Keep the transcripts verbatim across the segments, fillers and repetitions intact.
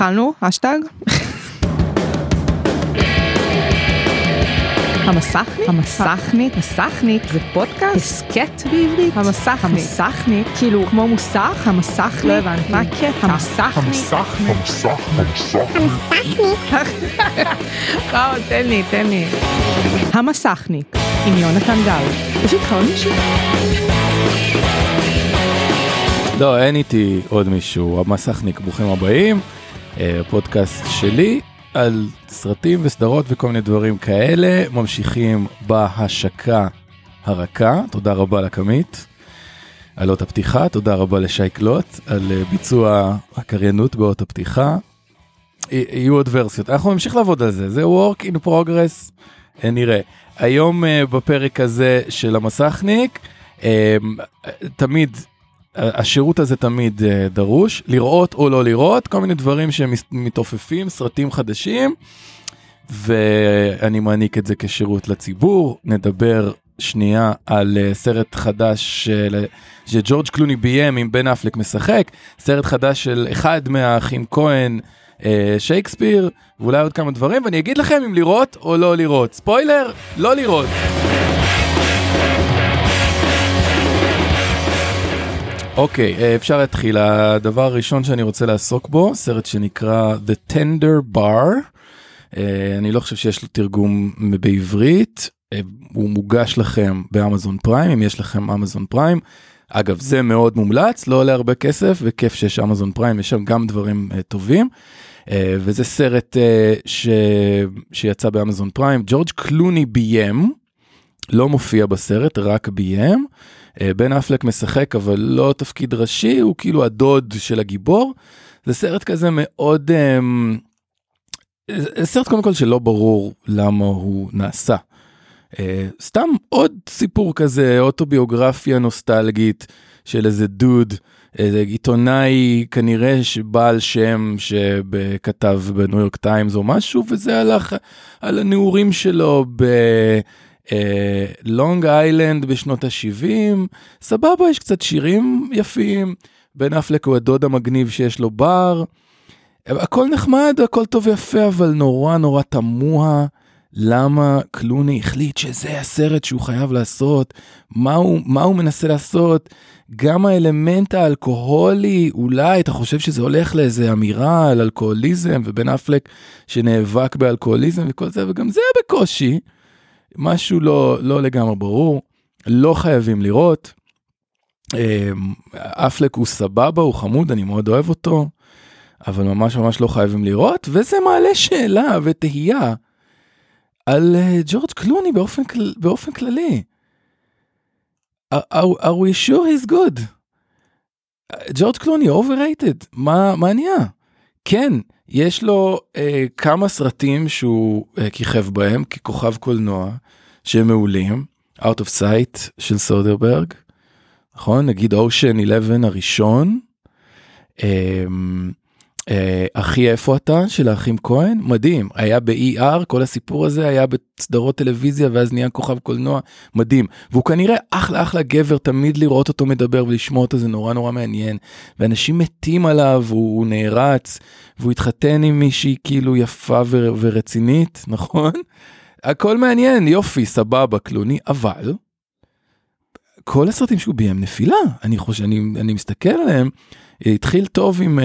התחלנו, השטג. המסכניק, המסכניק, מסכניק, זה פודקאסט, הסקט בעברית, המסכניק, המסכניק, כאילו כמו מוסך, המסכניק, לא הבנתי, מה הקטע? המסכניק, המסכניק, המסכניק, וואו, תן לי, תן לי. המסכניק, עם יונתן גל. יש איתך עוד מישהו? לא, אין איתי עוד מישהו. המסכניק, ברוכים הבאים, פודקאסט שלי על סרטים וסדרות וכל מיני דברים כאלה. ממשיכים בהשקה הרכה. תודה רבה לקמית על אות הפתיחה, תודה רבה לשי קלוט על ביצוע הקריינות באות הפתיחה. יהיו עוד ורסיות, אנחנו נמשיך לעבוד על זה, זה work in progress. נראה, היום בפרק הזה של המסכניק, תמיד השירות הזה תמיד דרוש, לראות או לא לראות, כל מיני דברים שמתעופפים, סרטים חדשים, ואני מעניק את זה כשירות לציבור. נדבר שנייה על סרט חדש שג'ורג' קלוני ביים עם בן אפלק משחק, סרט חדש של אחד מהאחים כהן, שייקספיר, ואולי עוד כמה דברים, ואני אגיד לכם אם לראות או לא לראות. ספוילר, לא לראות. אוקיי, אפשר להתחיל. הדבר הראשון שאני רוצה לעסוק בו, סרט שנקרא The Tender Bar. אני לא חושב שיש לו תרגום בעברית. הוא מוגש לכם באמזון פריים, אם יש לכם אמזון פריים. אגב, זה מאוד מומלץ, לא עולה הרבה כסף, וכיף שיש אמזון פריים, יש שם גם דברים טובים. וזה סרט ש... שיצא באמזון פריים. ג'ורג' קלוני ביים, לא מופיע בסרט, רק ביים. בן אפלק משחק, אבל לא תפקיד ראשי, הוא כאילו הדוד של הגיבור. זה סרט כזה מאוד, זה סרט קודם כל שלא ברור למה הוא נעשה. סתם עוד סיפור כזה, אוטוביוגרפיה נוסטלגית של איזה דוד, איזה עיתונאי כנראה בעל שם שכתב בניו יורק טיימס או משהו, וזה הלך על הנעורים שלו ב... לונג איילנד בשנות ה-שבעים, סבבה, יש קצת שירים יפים, בן אפלק הוא הדוד המגניב שיש לו בר, הכל נחמד, הכל טוב ויפה, אבל נורא נורא תמוה, למה קלוני החליט שזה הסרט שהוא חייב לעשות, מה הוא, מה הוא מנסה לעשות, גם האלמנט האלכוהולי, אולי אתה חושב שזה הולך לאיזה אמירה על אלכוהוליזם, ובן אפלק שנאבק באלכוהוליזם וכל זה, וגם זה בקושי, משהו לא, לא לגמרי ברור, לא חייבים לראות. אפלק הוא סבבה, הוא חמוד, אני מאוד אוהב אותו, אבל ממש ממש לא חייבים לראות, וזה מעלה שאלה ותהייה על ג'ורג' קלוני באופן, באופן כללי. Are, are we sure he's good? ג'ורג' קלוני overrated, מה, מה נהיה? כן, יש לו אה, כמה סרטים שהוא אה, כיכב בהם, ככוכב קולנוע, שהם מעולים, Out of Sight של סודרברג, נכון? נגיד Ocean אחת עשרה הראשון, אה, אה, אחי איפה אתה של האחים כהן, מדהים, היה ב-אי אר, כל הסיפור הזה היה בסדרות טלוויזיה, ואז נהיה כוכב קולנוע, מדהים, והוא כנראה אחלה אחלה גבר, תמיד לראות אותו מדבר ולשמוע אותו, זה נורא נורא מעניין, ואנשים מתים עליו, הוא, הוא נערץ, והוא התחתן עם מישהי כאילו יפה ו- ורצינית, נכון? הכל מעניין, יופי, סבבה, קלוני, אבל כל הסרטים שהוא ביים נפילה, אני חושב, אני, אני מסתכל עליהם, התחיל טוב עם...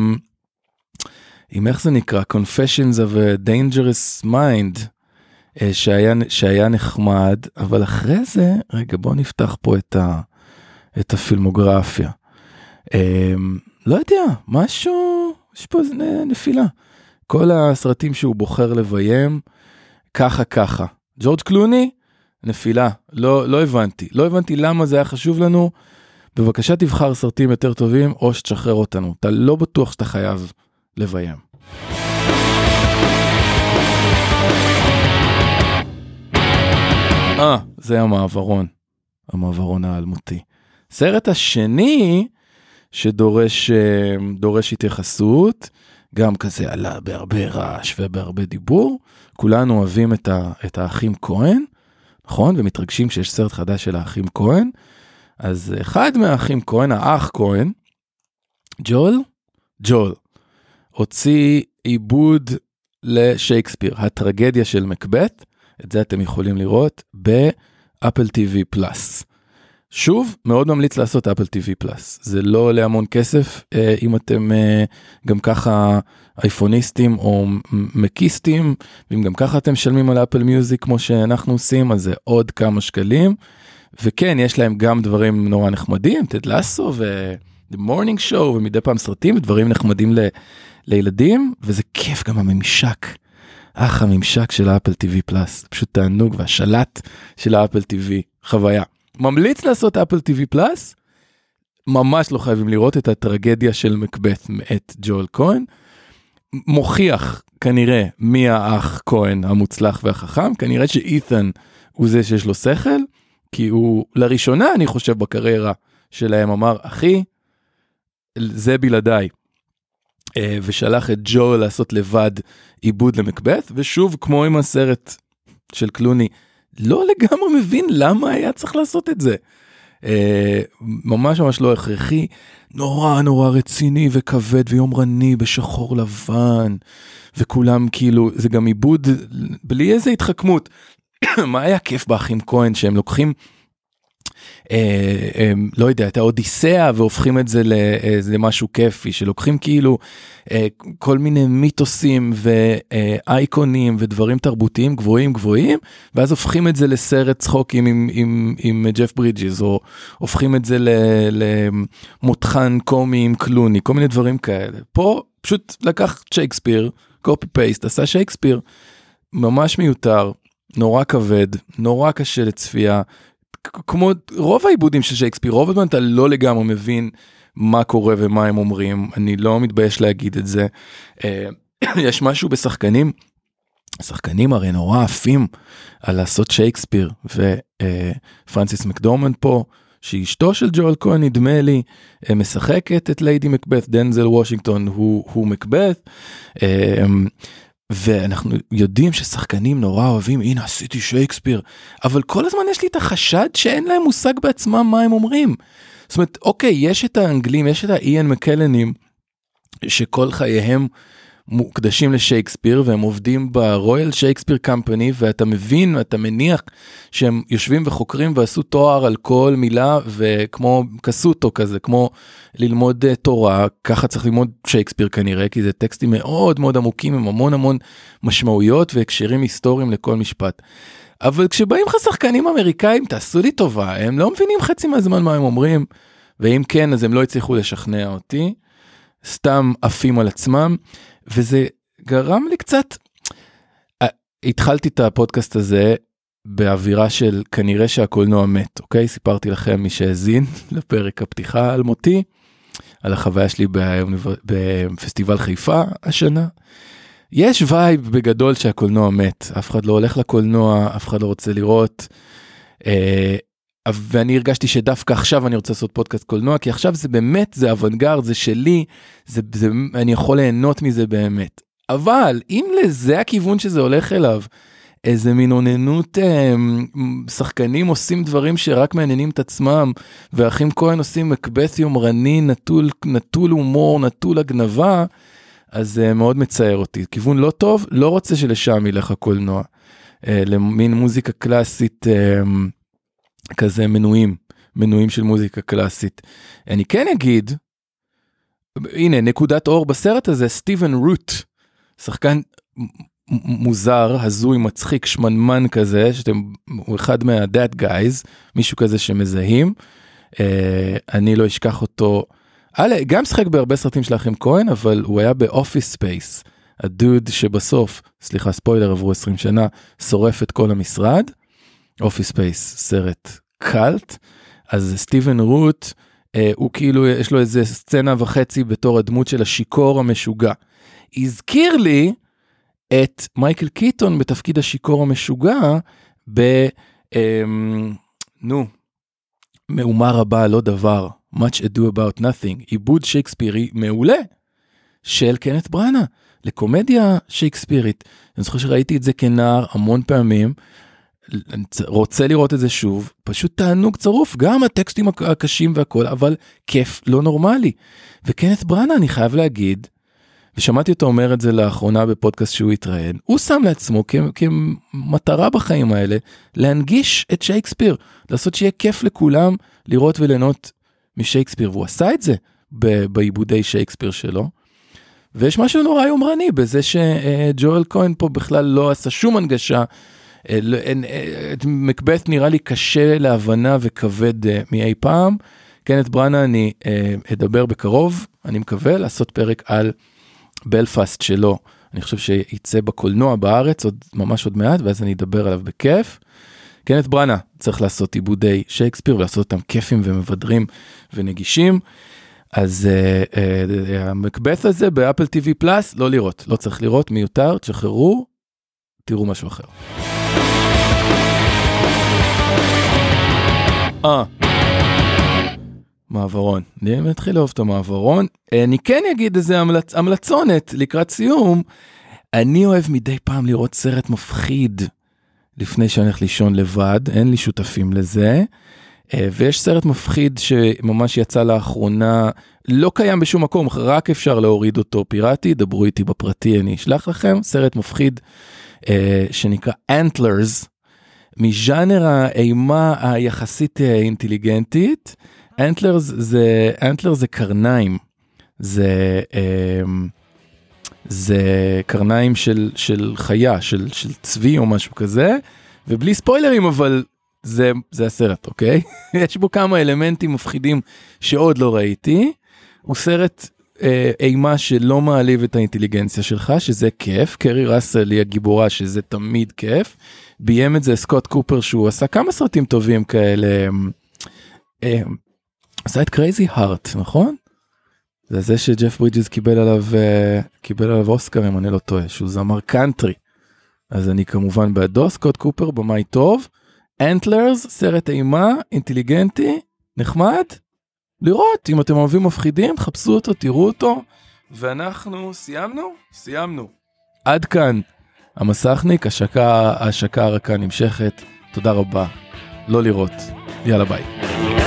עם איך זה נקרא, Confessions of a Dangerous Mind, שהיה, שהיה נחמד, אבל אחרי זה, רגע בוא נפתח פה את, ה, את הפילמוגרפיה. לא יודע, משהו, יש פה איזה נפילה. כל הסרטים שהוא בוחר לביים, ככה ככה. ג'ורג' קלוני, נפילה, לא, לא הבנתי. לא הבנתי למה זה היה חשוב לנו. בבקשה תבחר סרטים יותר טובים, או שתשחרר אותנו. אתה לא בטוח שאתה חייב לביים. אה, זה המעברון. המעברון האלמותי. סרט השני שדורש דורש התייחסות, גם כזה עלה בהרבה רעש ובהרבה דיבור. כולנו אוהבים את, ה, את האחים כהן, נכון? ומתרגשים שיש סרט חדש של האחים כהן. אז אחד מהאחים כהן, האח כהן, ג'ול, ג'ול. הוציא עיבוד לשייקספיר, הטרגדיה של מקבט, את זה אתם יכולים לראות באפל טי וי פלאס. שוב, מאוד ממליץ לעשות אפל טי וי פלאס, זה לא עולה המון כסף, אם אתם גם ככה אייפוניסטים או מקיסטים, ואם גם ככה אתם משלמים על אפל מיוזיק כמו שאנחנו עושים, אז זה עוד כמה שקלים, וכן, יש להם גם דברים נורא נחמדים, טד לסו ו-The Morning Show, ומדי פעם סרטים ודברים נחמדים ל- לילדים, וזה כיף גם הממשק, אך הממשק של האפל טי וי פלאס, פשוט תענוג, והשלט של האפל טי וי, חוויה. ממליץ לעשות אפל טי וי פלאס, ממש לא חייבים לראות את הטרגדיה של מקבט מאת ג'ואל כהן, מוכיח כנראה מי האח כהן המוצלח והחכם, כנראה שאית'ן הוא זה שיש לו שכל, כי הוא לראשונה אני חושב בקריירה שלהם אמר, אחי, זה בלעדיי, ושלח את ג'ואל לעשות לבד עיבוד למקבט, ושוב כמו עם הסרט של קלוני, לא לגמרי מבין למה היה צריך לעשות את זה. ממש ממש לא הכרחי, נורא נורא רציני וכבד ויומרני בשחור לבן, וכולם כאילו, זה גם עיבוד בלי איזה התחכמות. מה היה כיף באחים כהן שהם לוקחים, אה, אה, לא יודע, את האודיסאה והופכים את זה למשהו כיפי, שלוקחים כאילו אה, כל מיני מיתוסים ואייקונים ודברים תרבותיים גבוהים גבוהים, ואז הופכים את זה לסרט צחוקים עם, עם, עם ג'ף ברידג'ס, או הופכים את זה למותחן קומי עם קלוני, כל מיני דברים כאלה. פה פשוט לקח שייקספיר, קופי פייסט, עשה שייקספיר, ממש מיותר, נורא כבד, נורא קשה לצפייה, כמו רוב העיבודים של שייקספיר, רוב הזמן אתה לא לגמרי מבין מה קורה ומה הם אומרים, אני לא מתבייש להגיד את זה. יש משהו בשחקנים, שחקנים הרי נורא עפים על לעשות שייקספיר, ופרנסיס מקדורמנד פה, שהיא אשתו של ג'ואל כהן נדמה לי, משחקת את ליידי מקבט, דנזל וושינגטון הוא, הוא מקבט, ואנחנו יודעים ששחקנים נורא אוהבים, הנה עשיתי שייקספיר, אבל כל הזמן יש לי את החשד שאין להם מושג בעצמם מה הם אומרים. זאת אומרת, אוקיי, יש את האנגלים, יש את האיין מקלנים, שכל חייהם מוקדשים לשייקספיר, והם עובדים ברויאל שייקספיר קמפני, ואתה מבין, ואתה מניח שהם יושבים וחוקרים ועשו תואר על כל מילה, וכמו קסוטו כזה, כמו ללמוד תורה, ככה צריך ללמוד שייקספיר כנראה, כי זה טקסטים מאוד מאוד עמוקים, עם המון המון משמעויות והקשרים היסטוריים לכל משפט. אבל כשבאים לך שחקנים אמריקאים, תעשו לי טובה, הם לא מבינים חצי מהזמן מה הם אומרים, ואם כן, אז הם לא הצליחו לשכנע אותי, סתם עפים על עצמם, וזה גרם לי קצת, התחלתי את הפודקאסט הזה באווירה של כנראה שהקולנוע מת, אוקיי? סיפרתי לכם מי שהזין לפרק הפתיחה על מותי, על החוויה שלי בפסטיבל חיפה השנה. יש וייב בגדול שהקולנוע מת, אף אחד לא הולך לקולנוע, אף אחד לא רוצה לראות, ואני הרגשתי שדווקא עכשיו אני רוצה לעשות פודקאסט קולנוע, כי עכשיו זה באמת, זה אוונגרד, זה שלי, זה, זה, אני יכול ליהנות מזה באמת. אבל אם לזה הכיוון שזה הולך אליו, איזה מין עוננות, אה, שחקנים עושים דברים שרק מעניינים את עצמם, ואחים כהן עושים מקבט יומרני, נטול, נטול הומור, נטול הגנבה, אז זה אה, מאוד מצער אותי. כיוון לא טוב, לא רוצה שלשם ילך הקולנוע. אה, למין מוזיקה קלאסית, אה, כזה מנויים, מנויים של מוזיקה קלאסית. אני כן אגיד, הנה, נקודת אור בסרט הזה, סטיבן רוט, שחקן מוזר, הזוי, מצחיק, שמנמן כזה, שאתם, הוא אחד מה-That Guys, מישהו כזה שמזהים, אני לא אשכח אותו, גם שחק בהרבה סרטים של האחים כהן, אבל הוא היה באופיס ספייס, הדוד שבסוף, סליחה ספוילר, עברו עשרים שנה, שורף את כל המשרד, אופיס ספייס, סרט קלט, אז סטיבן רוט, אה, הוא כאילו, יש לו איזה סצנה וחצי בתור הדמות של השיקור המשוגע. הזכיר לי את מייקל קיטון בתפקיד השיקור המשוגע, ב, אה, נו, מאומה רבה לא דבר, much ado about nothing, עיבוד שייקספירי מעולה, של קנת ברנה, לקומדיה שייקספירית. אני זוכר שראיתי את זה כנער המון פעמים, רוצה לראות את זה שוב, פשוט תענוג צרוף, גם הטקסטים הקשים והכל, אבל כיף לא נורמלי. וקנת ברנה, אני חייב להגיד, ושמעתי אותו אומר את זה לאחרונה בפודקאסט שהוא התראיין, הוא שם לעצמו כ- כמטרה בחיים האלה, להנגיש את שייקספיר, לעשות שיהיה כיף לכולם לראות וליהנות משייקספיר, והוא עשה את זה ב- בעיבודי שייקספיר שלו, ויש משהו נורא יומרני בזה שג'ואל כהן פה בכלל לא עשה שום הנגשה, מקבeth נראה לי קשה להבנה וכבד מאי פעם, קנת בראנה אני אדבר בקרוב, אני מקווה לעשות פרק על בלפאסט שלו, אני חושב שיצא בקולנוע בארץ, עוד ממש עוד מעט, ואז אני אדבר עליו בכיף. קנת בראנה צריך לעשות עיבודי שייקספיר, ולעשות אותם כיפים ומבדרים ונגישים, אז uh, uh, המקבeth הזה באפל טי וי פלאס, לא לראות, לא צריך לראות, מיותר, תשחררו, תראו משהו אחר. אה, מעברון, אני מתחיל לאהוב את המעברון, אני כן אגיד איזה המלצ... המלצונת לקראת סיום, אני אוהב מדי פעם לראות סרט מפחיד, לפני שאני הולך לישון לבד, אין לי שותפים לזה, ויש סרט מפחיד שממש יצא לאחרונה, לא קיים בשום מקום, רק אפשר להוריד אותו פיראטי, דברו איתי בפרטי, אני אשלח לכם, סרט מפחיד שנקרא Antlers, מז'אנר האימה היחסית אינטליגנטית. Antlers זה, Antlers זה קרניים, זה, זה קרניים של, של חיה, של, של צבי או משהו כזה, ובלי ספוילרים, אבל זה, זה הסרט, אוקיי? יש בו כמה אלמנטים מפחידים שעוד לא ראיתי. הוא סרט אה, אימה שלא מעליב את האינטליגנציה שלך, שזה כיף. קרי ראסל היא הגיבורה, שזה תמיד כיף. ביים את זה סקוט קופר, שהוא עשה כמה סרטים טובים כאלה. אה, עשה את קרייזי הארט, נכון? זה זה שג'ף ברידג'ס קיבל עליו, אה, קיבל עליו אוסקר, אם אני לא טועה, שהוא זמר קאנטרי. אז אני כמובן בעדו, סקוט קופר, במאי טוב. Antlers, סרט אימה, אינטליגנטי, נחמד, לראות, אם אתם אוהבים מפחידים, חפשו אותו, תראו אותו, ואנחנו סיימנו? סיימנו. עד כאן, המסכניק, השקה, השקה הרכה נמשכת, תודה רבה, לא לראות, יאללה ביי.